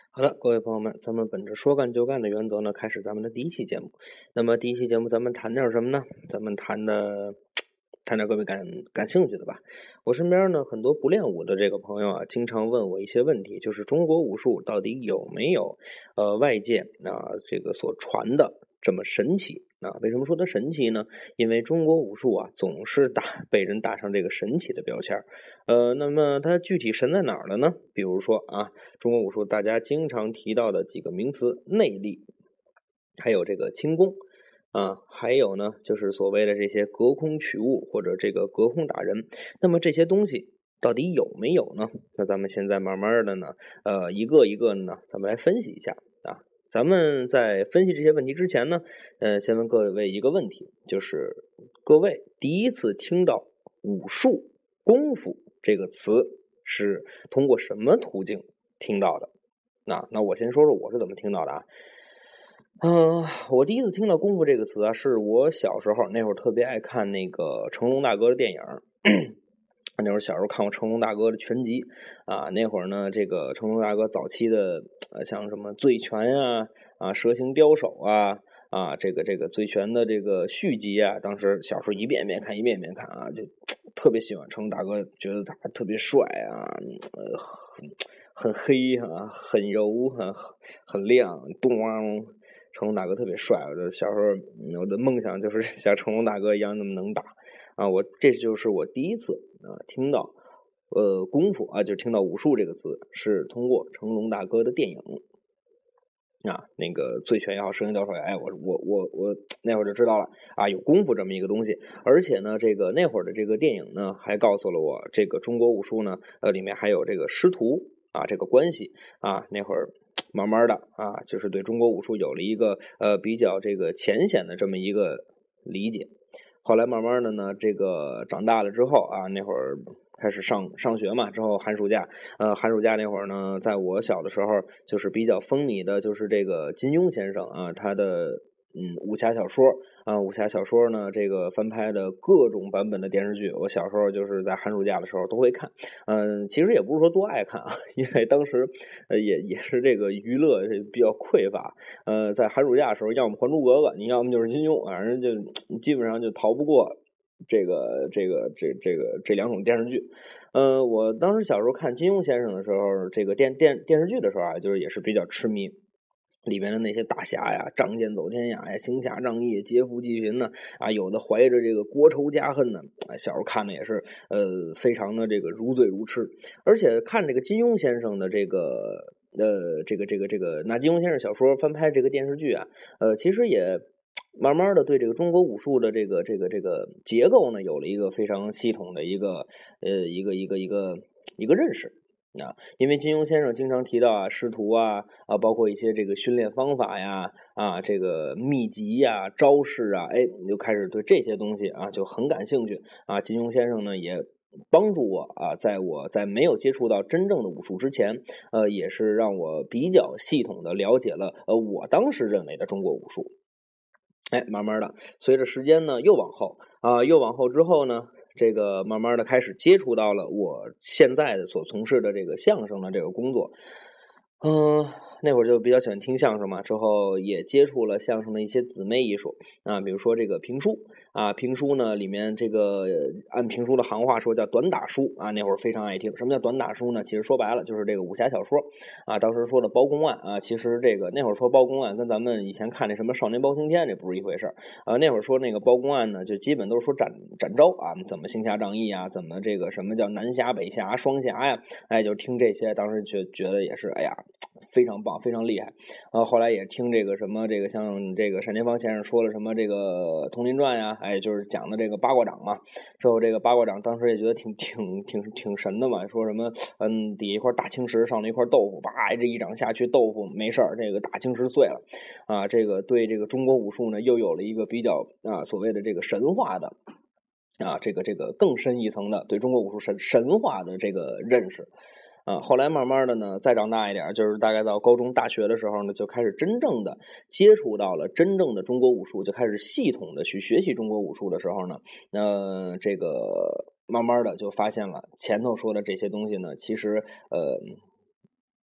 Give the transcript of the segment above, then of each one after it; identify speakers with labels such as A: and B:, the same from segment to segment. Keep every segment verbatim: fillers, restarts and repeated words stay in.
A: 好的，各位朋友们，咱们本着说干就干的原则呢，开始咱们的第一期节目。那么第一期节目咱们谈点什么呢？咱们谈的谈点各位感感兴趣的吧。我身边呢很多不练武的这个朋友啊，经常问我一些问题，就是中国武术到底有没有呃外界啊、这个所传的这么神奇？啊，为什么说它神奇呢？因为中国武术啊，总是打被人打上这个神奇的标签儿。呃，那么它具体神在哪儿了呢？比如说啊，中国武术大家经常提到的几个名词：内力，还有这个轻功啊，还有呢就是所谓的这些隔空取物或者这个隔空打人。那么这些东西到底有没有呢？那咱们现在慢慢的呢，呃，一个一个呢，咱们来分析一下啊。咱们在分析这些问题之前呢，呃，先问各位一个问题，就是各位第一次听到武术、功夫这个词是通过什么途径听到的？那那我先说说我是怎么听到的啊。嗯、呃，我第一次听到功夫这个词啊，是我小时候那会儿特别爱看那个成龙大哥的电影。那会儿小时候看过成龙大哥的全集啊，那会儿呢，这个成龙大哥早期的呃，像什么醉拳呀、啊、蛇形刁手啊、啊这个这个醉拳的这个续集啊，当时小时候一遍一遍看，一遍一遍看啊，就特别喜欢成龙大哥，觉得他特别帅啊，呃，很很黑啊，很柔啊，很很亮，咚，成龙大哥特别帅。我的小时候，我的梦想就是像成龙大哥一样那么能打。啊，我这就是我第一次啊听到，呃，功夫啊，就听到武术这个词，是通过成龙大哥的电影啊，那个醉拳也好，蛇形刁手也好，哎，我我我我那会儿就知道了啊，有功夫这么一个东西。而且呢，这个那会儿的这个电影呢，还告诉了我，这个中国武术呢，呃，里面还有这个师徒啊这个关系啊，那会儿。慢慢的啊，就是对中国武术有了一个呃比较这个浅显的这么一个理解。后来慢慢的呢，这个长大了之后啊，那会儿开始上上学嘛，之后寒暑假，呃，寒暑假那会儿呢，在我小的时候，就是比较风靡的，就是这个金庸先生啊，他的嗯武侠小说啊，武侠小说呢，这个翻拍的各种版本的电视剧，我小时候就是在寒暑假的时候都会看。嗯，其实也不是说多爱看啊，因为当时呃也也是这个娱乐比较匮乏。呃，在寒暑假的时候，要么《还珠格格》，你要么就是金庸，反正就基本上就逃不过这个这个这这个这两种电视剧。呃，我当时小时候看金庸先生的时候，这个电电电视剧的时候啊，就是也是比较痴迷。里面的那些大侠呀，仗剑走天涯呀，行侠仗义，劫富济贫呢，啊，有的怀着这个国仇家恨呢，啊，小时候看的也是，呃，非常的这个如醉如痴。而且看这个金庸先生的这个，呃，这个这个这个拿金庸先生小说翻拍这个电视剧啊，呃，其实也慢慢的对这个中国武术的这个这个这个结构呢，有了一个非常系统的一个，呃，一个一个一个一个认识。啊，因为金庸先生经常提到啊，师徒啊，啊，包括一些这个训练方法呀，啊，这个秘籍呀、招式啊，哎，你就开始对这些东西啊就很感兴趣啊。金庸先生呢也帮助我啊，在我在没有接触到真正的武术之前，呃，也是让我比较系统的了解了呃我当时认为的中国武术。哎，慢慢的，随着时间呢又往后啊，又往后之后呢，这个慢慢的开始接触到了我现在的所从事的这个相声的这个工作。嗯，那会儿就比较喜欢听相声嘛，之后也接触了相声的一些姊妹艺术啊，比如说这个评书啊，评书呢里面这个按评书的行话说叫短打书啊，那会儿非常爱听。什么叫短打书呢？其实说白了就是这个武侠小说啊，当时说的包公案啊，其实这个那会儿说包公案跟咱们以前看那什么少年包青天这不是一回事啊。那会儿说那个包公案呢，就基本都是说展展招啊，怎么行侠仗义啊，怎么这个什么叫南侠北侠双侠呀，哎，就听这些，当时觉觉得也是哎呀非常棒，非常厉害。呃，后来也听这个什么这个像这个单田芳先生说了什么这个《通林传》呀，哎，就是讲的这个八卦掌嘛。之后这个八卦掌当时也觉得挺挺挺挺神的嘛，说什么嗯底下一块大青石上了一块豆腐，叭这一掌下去豆腐没事儿，这个大青石碎了啊。这个对这个中国武术呢又有了一个比较啊所谓的这个神话的啊这个这个更深一层的对中国武术神神话的这个认识。啊，后来慢慢的呢，再长大一点，就是大概到高中、大学的时候呢，就开始真正的接触到了真正的中国武术，就开始系统的去学习中国武术的时候呢，那这个慢慢的就发现了前头说的这些东西呢，其实呃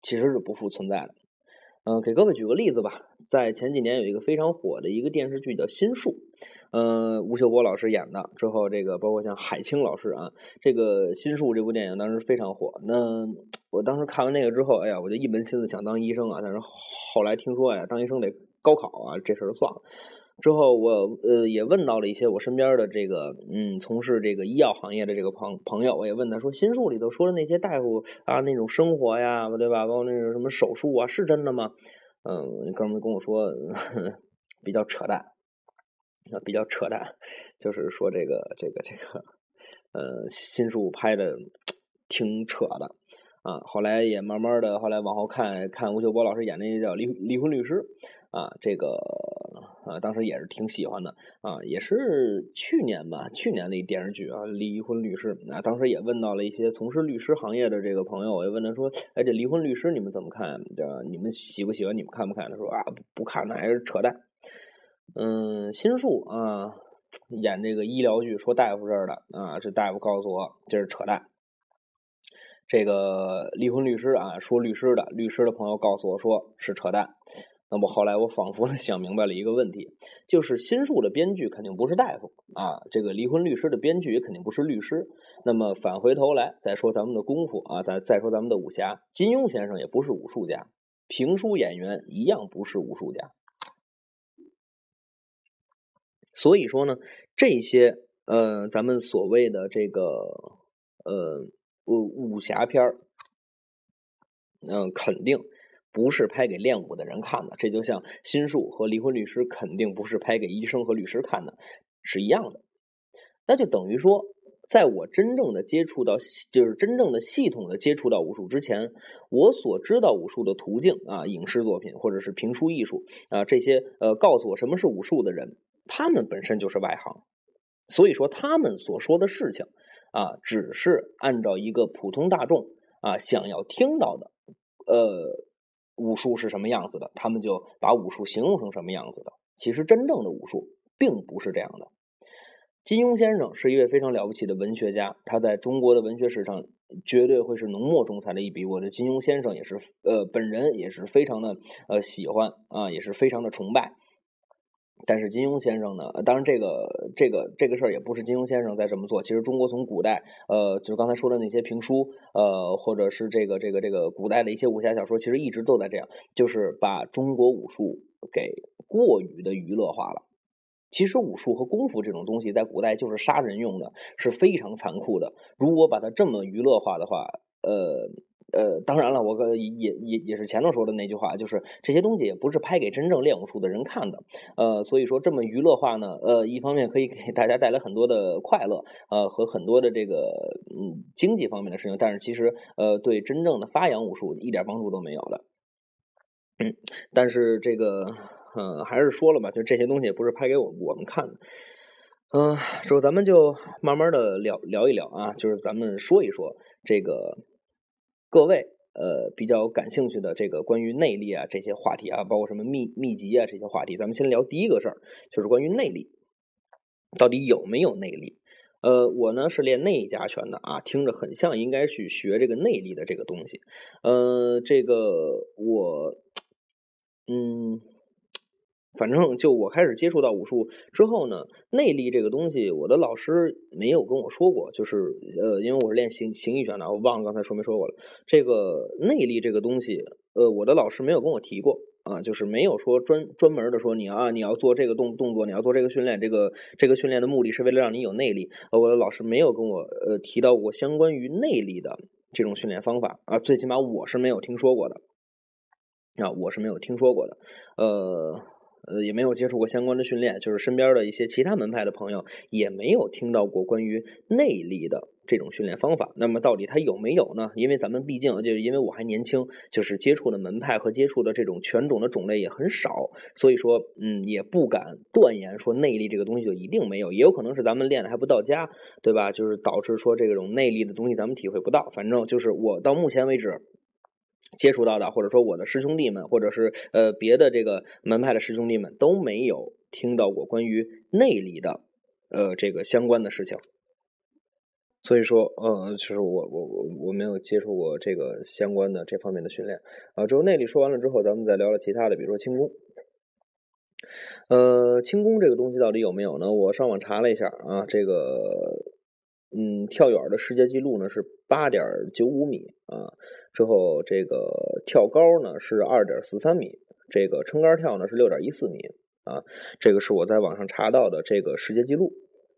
A: 其实是不复存在的。嗯、呃，给各位举个例子吧，在前几年有一个非常火的一个电视剧叫《心术》，呃，吴秀波老师演的，之后这个包括像海清老师啊，这个《心术》这部电影当时非常火。那我当时看完那个之后，哎呀，我就一门心思想当医生啊，但是后来听说呀，当医生得高考啊，这事儿算了。之后我呃也问到了一些我身边的这个嗯从事这个医药行业的这个朋朋友，我也问他说，心术里头说的那些大夫啊那种生活呀，对吧？包括那种什么手术啊，是真的吗？嗯，哥们跟我说呵呵比较扯淡啊，比较扯淡，就是说这个这个这个呃心术拍的挺扯的。啊，后来也慢慢的，后来往后看看吴秀波老师演那个叫离离婚律师啊，这个啊当时也是挺喜欢的啊，也是去年吧，去年的一电视剧啊，离婚律师啊，当时也问到了一些从事律师行业的这个朋友，我也问他说，哎，这离婚律师你们怎么看？这你们喜不喜欢？你们看不看？他说啊，不不看，那还是扯淡。嗯，心术啊，演这个医疗剧说大夫这儿的啊，这大夫告诉我这是扯淡。这个离婚律师啊，说律师的律师的朋友告诉我说是扯淡。那么后来我仿佛想明白了一个问题，就是心术的编剧肯定不是大夫啊，这个离婚律师的编剧也肯定不是律师。那么返回头来再说咱们的功夫啊，再再说咱们的武侠，金庸先生也不是武术家，评书演员一样不是武术家。所以说呢，这些呃咱们所谓的这个呃武武侠片儿。嗯，肯定不是拍给练武的人看的，这就像心术和离婚律师肯定不是拍给医生和律师看的，是一样的。那就等于说，在我真正的接触到，就是真正的系统的接触到武术之前，我所知道武术的途径啊，影视作品或者是评书艺术啊，这些呃告诉我什么是武术的人，他们本身就是外行，所以说他们所说的事情啊，只是按照一个普通大众啊想要听到的。呃，武术是什么样子的，他们就把武术形容成什么样子的。其实真正的武术并不是这样的。金庸先生是一位非常了不起的文学家，他在中国的文学史上绝对会是浓墨重彩的一笔。我对金庸先生也是呃本人也是非常的呃喜欢啊，也是非常的崇拜。但是金庸先生呢，当然这个这个这个事儿也不是金庸先生在这么做。其实中国从古代，呃，就是刚才说的那些评书，呃，或者是这个这个这个古代的一些武侠小说，其实一直都在这样，就是把中国武术给过于的娱乐化了。其实武术和功夫这种东西在古代就是杀人用的，是非常残酷的。如果把它这么娱乐化的话，呃。呃，当然了，我也也也也是前头说的那句话，就是这些东西也不是拍给真正练武术的人看的，呃，所以说这么娱乐化呢，呃，一方面可以给大家带来很多的快乐，呃，和很多的这个嗯经济方面的事情，但是其实呃对真正的发扬武术一点帮助都没有的。嗯，但是这个呃还是说了吧，就这些东西也不是拍给我我们看的。嗯、呃，之后咱们就慢慢的聊聊一聊啊，就是咱们说一说这个各位呃比较感兴趣的这个关于内力啊这些话题啊，包括什么秘秘籍啊这些话题，咱们先聊第一个事儿，就是关于内力到底有没有内力。呃，我呢是练内家拳的啊，听着很像应该去学这个内力的这个东西。呃，这个我嗯，反正就我开始接触到武术之后呢，内力这个东西，我的老师没有跟我说过，就是呃，因为我是练形形意拳的，我忘了刚才说没说过了。这个内力这个东西，呃，我的老师没有跟我提过啊，就是没有说专专门的说你啊，你要做这个动动作，你要做这个训练，这个这个训练的目的是为了让你有内力。呃，我的老师没有跟我呃提到过相关于内力的这种训练方法啊，最起码我是没有听说过的。啊，我是没有听说过的，呃呃，也没有接触过相关的训练，就是身边的一些其他门派的朋友也没有听到过关于内力的这种训练方法。那么到底它有没有呢？因为咱们毕竟就是因为我还年轻，就是接触的门派和接触的这种拳种的种类也很少，所以说嗯也不敢断言说内力这个东西就一定没有，也有可能是咱们练的还不到家，对吧？就是导致说这种内力的东西咱们体会不到。反正就是我到目前为止接触到的，或者说我的师兄弟们，或者是呃别的这个门派的师兄弟们都没有听到过关于内力的呃这个相关的事情。 所以说，呃，其实我我我我没有接触过这个相关的这方面的训练啊。之后内力说完了之后，咱们再聊聊其他的，比如说轻功。呃，轻功这个东西到底有没有呢？我上网查了一下啊，这个，嗯，跳远的世界纪录呢是八点九五米啊，之后这个跳高呢是二点四三米，这个撑杆跳呢是六点一四米啊，这个是我在网上查到的这个世界纪录。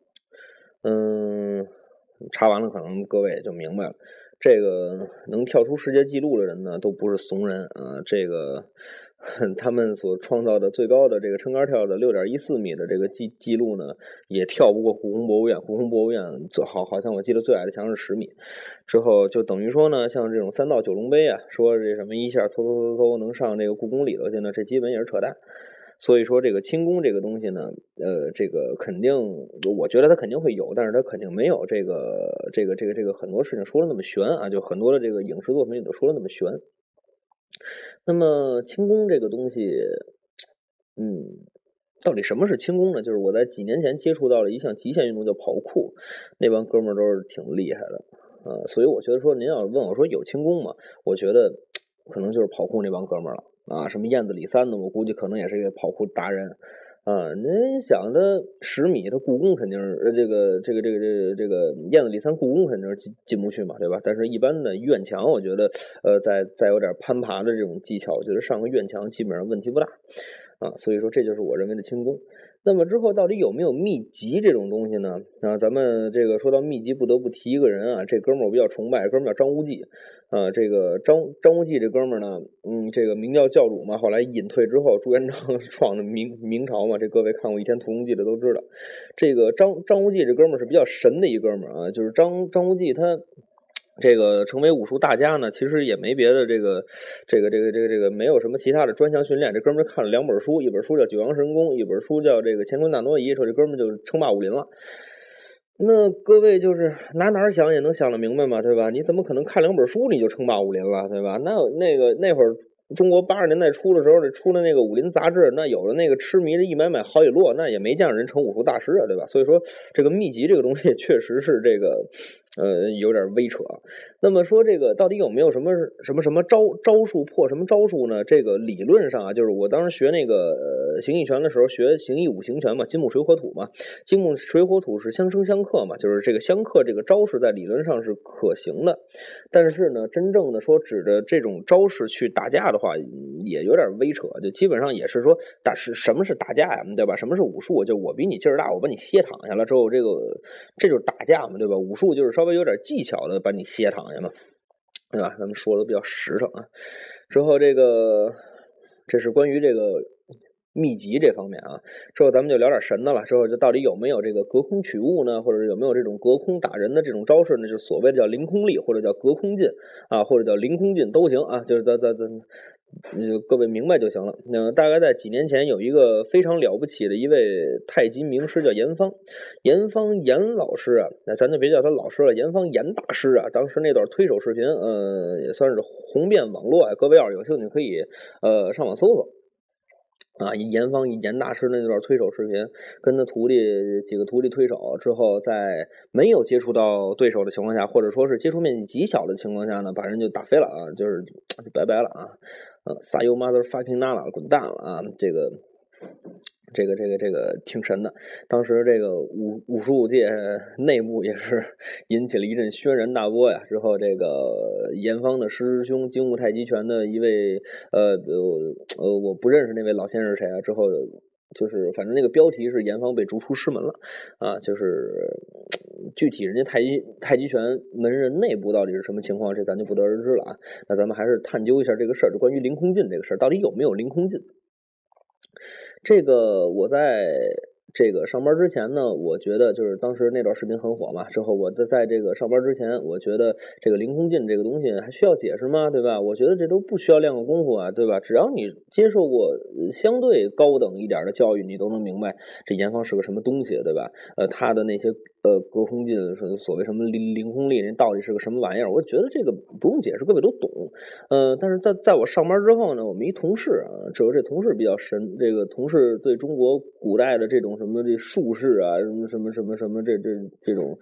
A: 嗯，查完了可能各位也就明白了，这个能跳出世界纪录的人呢，都不是怂人啊，这个。他们所创造的最高的这个撑杆跳的六点一四米的这个记记录呢，也跳不过故宫博物院。故宫博物院最好好像我记得最矮的墙是十米。之后就等于说呢，像这种三道九龙杯啊，说这什么一下嗖嗖嗖嗖能上这个故宫里头去呢，这基本也是扯淡。所以说这个轻功这个东西呢，呃，这个肯定，我觉得它肯定会有，但是它肯定没有这个这个这个这个很多事情说的那么玄啊，就很多的这个影视作品里头说的那么玄。那么轻功这个东西，嗯，到底什么是轻功呢？就是我在几年前接触到了一项极限运动叫跑酷，那帮哥们儿都是挺厉害的啊，所以我觉得说您要问我说有轻功吗？我觉得可能就是跑酷那帮哥们儿了啊，什么燕子李三的，我估计可能也是一个跑酷达人。啊，您想他十米，他故宫肯定是呃这个这个这个这个这个燕子李三故宫肯定是进进不去嘛，对吧？但是一般的院墙，我觉得呃再再有点攀爬的这种技巧，我觉得上个院墙基本上问题不大啊。所以说这就是我认为的轻功。那么之后到底有没有秘籍这种东西呢？啊，咱们这个说到秘籍，不得不提一个人啊，这哥们儿我比较崇拜，哥们儿叫张无忌。啊，这个张张无忌这哥们儿呢，嗯，这个明教教主嘛，后来隐退之后，朱元璋创的明明朝嘛，这各位看过《倚天屠龙记》的都知道，这个张张无忌这哥们儿是比较神的一哥们儿啊，就是张张无忌他。这个成为武术大家呢，其实也没别的，这个，这个，这个，这个，这个没有什么其他的专项训练。这哥们儿看了两本书，一本书叫《九阳神功》，一本书叫这个《乾坤大挪移》，说这哥们儿就称霸武林了。那各位就是拿哪儿想也能想得明白嘛，对吧？你怎么可能看两本书你就称霸武林了，对吧？那那个那会儿中国八十年代初的时候，这出的那个武林杂志，那有的那个痴迷的一买买好几摞，那也没见着人成武术大师啊，对吧？所以说这个秘籍这个东西确实是这个。呃，有点微扯。那么说这个到底有没有什么什么什么招招数破什么招数呢？这个理论上啊，就是我当时学那个呃形意拳的时候，学形意五行拳嘛，金木水火土嘛，金木水火土是相生相克嘛，就是这个相克这个招式在理论上是可行的。但是呢，真正的说指着这种招式去打架的话，也有点微扯，就基本上也是说打是什么是打架呀，对吧？什么是武术？就我比你劲儿大，我把你歇躺下了之后，这个这就是打架嘛，对吧？武术就是稍微有点技巧的把你歇躺下嘛，对吧？咱们说的比较实诚啊。之后这个这是关于这个秘籍这方面啊，之后咱们就聊点神的了。之后就到底有没有这个隔空取物呢？或者有没有这种隔空打人的这种招式呢？就是所谓的叫凌空力，或者叫隔空劲啊，或者叫凌空劲都行啊。就是咱咱咱。嗯，各位明白就行了。那大概在几年前，有一个非常了不起的一位太极名师叫严方，严方严老师啊，那咱就别叫他老师了，严方严大师啊。当时那段推手视频，呃，也算是红遍网络啊。各位要是有兴趣，可以呃上网搜搜。啊，严方严大师那段推手视频，跟他徒弟几个徒弟推手之后，在没有接触到对手的情况下，或者说是接触面积极小的情况下呢，把人就打飞了啊，就是拜拜了啊，呃，撒 you mother fucking nana，滚蛋了啊，这个。这个这个这个挺神的，当时这个武武术界内部也是引起了一阵轩然大波呀。之后这个严方的师兄精武太极拳的一位呃呃我不认识那位老先生是谁啊？之后就是反正那个标题是严方被逐出师门了啊，就是具体人家太极太极拳门人内部到底是什么情况，这咱就不得而知了啊。那咱们还是探究一下这个事儿，就关于凌空劲这个事儿，到底有没有凌空劲？这个我在这个上班之前呢，我觉得就是当时那段视频很火嘛。之后我在在这个上班之前，我觉得这个凌空劲这个东西还需要解释吗？对吧？我觉得这都不需要练个功夫啊，对吧？只要你接受过相对高等一点的教育，你都能明白这严方是个什么东西，对吧？呃，他的那些呃隔空劲，所谓什么凌凌空力，那到底是个什么玩意儿？我觉得这个不用解释，各位都懂。呃，但是在在我上班之后呢，我们一同事啊，只有这同事比较神，这个同事对中国古代的这种什么这术士啊，什么什么什么什么这这这种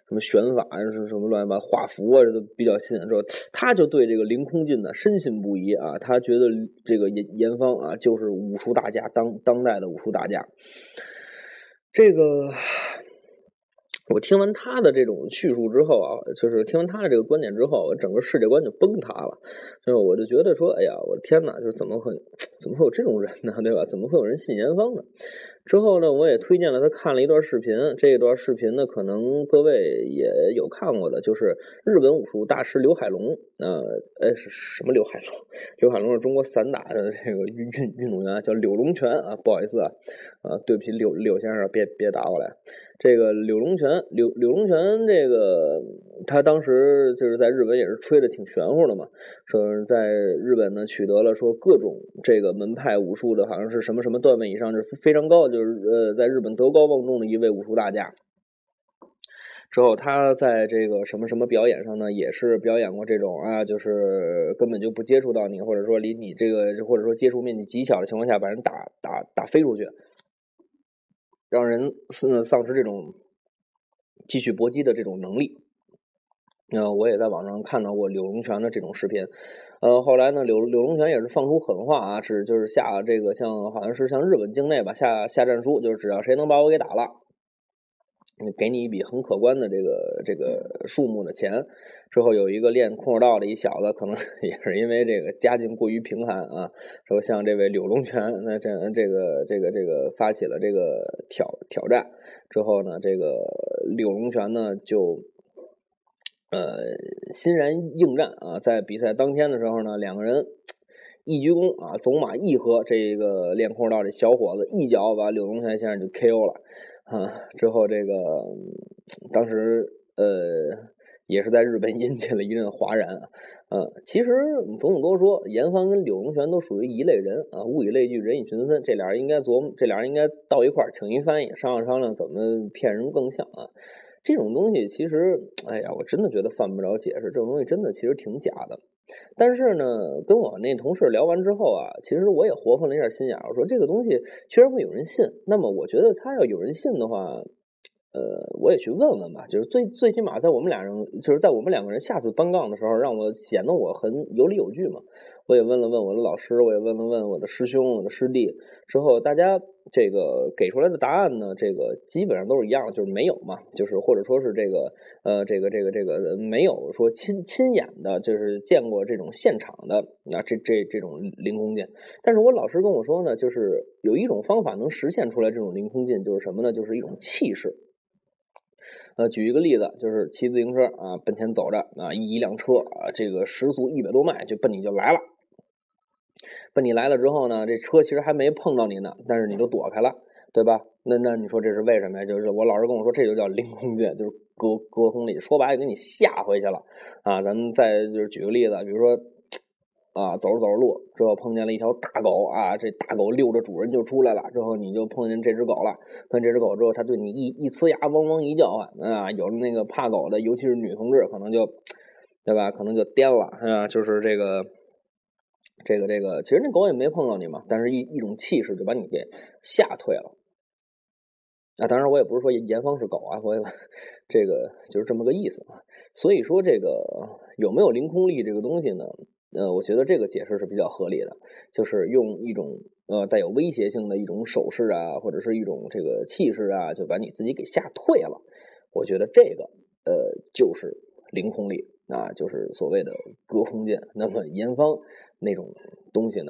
A: 什么拳法是什么乱七八糟画符啊，这都比较信。之后他就对这个凌空劲呢深信不疑啊，他觉得这个严严方啊就是武术大家，当当代的武术大家。这个我听完他的这种叙述之后啊，就是听完他的这个观点之后，我整个世界观就崩塌了。就是我就觉得说，哎呀，我的天哪，就是怎么会怎么会有这种人呢，对吧？怎么会有人信严方呢？之后呢，我也推荐了他看了一段视频，这一段视频呢，可能各位也有看过的，就是日本武术大师刘海龙，呃，哎是什么刘海龙？刘海龙是中国散打的这个运运运动员，叫柳龙泉啊，不好意思啊，啊，对不起柳柳先生，别别打过来。这个柳龙泉，柳柳龙泉，这个他当时就是在日本也是吹的挺玄乎的嘛，说是在日本呢取得了说各种这个门派武术的，好像是什么什么段位以上，就是非常高，就是呃在日本德高望重的一位武术大家。之后他在这个什么什么表演上呢，也是表演过这种啊，就是根本就不接触到你，或者说离你这个，或者说接触面积极小的情况下，把人打打打飞出去。让人丧失这种继续搏击的这种能力。呃，我也在网上看到过柳龙泉的这种视频。呃，后来呢，柳柳龙泉也是放出狠话啊，是就是下这个像好像是像日本境内吧，下下战书，就是只要谁能把我给打了，给你一笔很可观的这个这个数目的钱。之后有一个练空手道的一小子，可能也是因为这个家境过于贫寒啊，说像这位柳龙泉，那这这个这个这个发起了这个挑挑战之后呢，这个柳龙泉呢就呃欣然应战啊，在比赛当天的时候呢，两个人一鞠躬啊，走马一合，这个练空手道这小伙子一脚把柳龙泉先生就 K O 了。啊，之后这个当时呃也是在日本引起了一阵哗然啊。呃，其实不用多说，严方跟柳龙泉都属于一类人啊，物以类聚，人以群分，这俩人应该琢磨，这俩人应该到一块儿，请一翻译，商量商量怎么骗人更像啊。这种东西其实，哎呀，我真的觉得犯不着解释，这种东西真的其实挺假的。但是呢，跟我那同事聊完之后啊，其实我也活泛了一下心眼，我说这个东西居然会有人信，那么我觉得他要有人信的话，呃，我也去问问吧，就是最最起码在我们俩人，就是在我们两个人下次搬杠的时候，让我显得我很有理有据嘛。我也问了问我的老师，我也问了问我的师兄、我的师弟，之后大家这个给出来的答案呢，这个基本上都是一样的，就是没有嘛，就是或者说是这个呃这个这个这个没有说亲亲眼的，就是见过这种现场的那这这这种凌空剑。但是我老师跟我说呢，就是有一种方法能实现出来这种凌空剑，就是什么呢？就是一种气势。呃，举一个例子，就是骑自行车啊，奔前走着啊，一一辆车啊，这个时速一百多迈就奔你就来了。奔你来了之后呢，这车其实还没碰到你呢，但是你就躲开了，对吧？那那你说这是为什么呀？就是我老师跟我说，这就叫凌空剑，就是隔隔空力，说白了给你吓回去了啊。咱们再就是举个例子，比如说啊，走着走着路之后碰见了一条大狗啊，这大狗遛着主人就出来了，之后你就碰见这只狗了，碰见这只狗之后，它对你一一呲牙，汪汪一叫唤啊，有的那个怕狗的，尤其是女同志，可能就对吧？可能就颠了啊，就是这个。这个这个，其实那狗也没碰到你嘛，但是一一种气势就把你给吓退了。啊，当然我也不是说严方是狗啊，我也这个就是这么个意思啊。所以说这个有没有凌空力这个东西呢？呃，我觉得这个解释是比较合理的，就是用一种呃带有威胁性的一种手势啊，或者是一种这个气势啊，就把你自己给吓退了。我觉得这个呃就是凌空力啊，就是所谓的隔空剑。那么严方那种东西呢，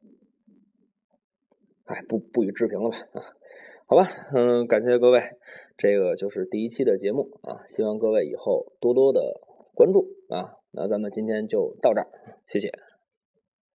A: 哎，不不予置评了吧啊。好吧，嗯，感谢各位，这个就是第一期的节目啊，希望各位以后多多的关注啊。那咱们今天就到这儿，谢谢。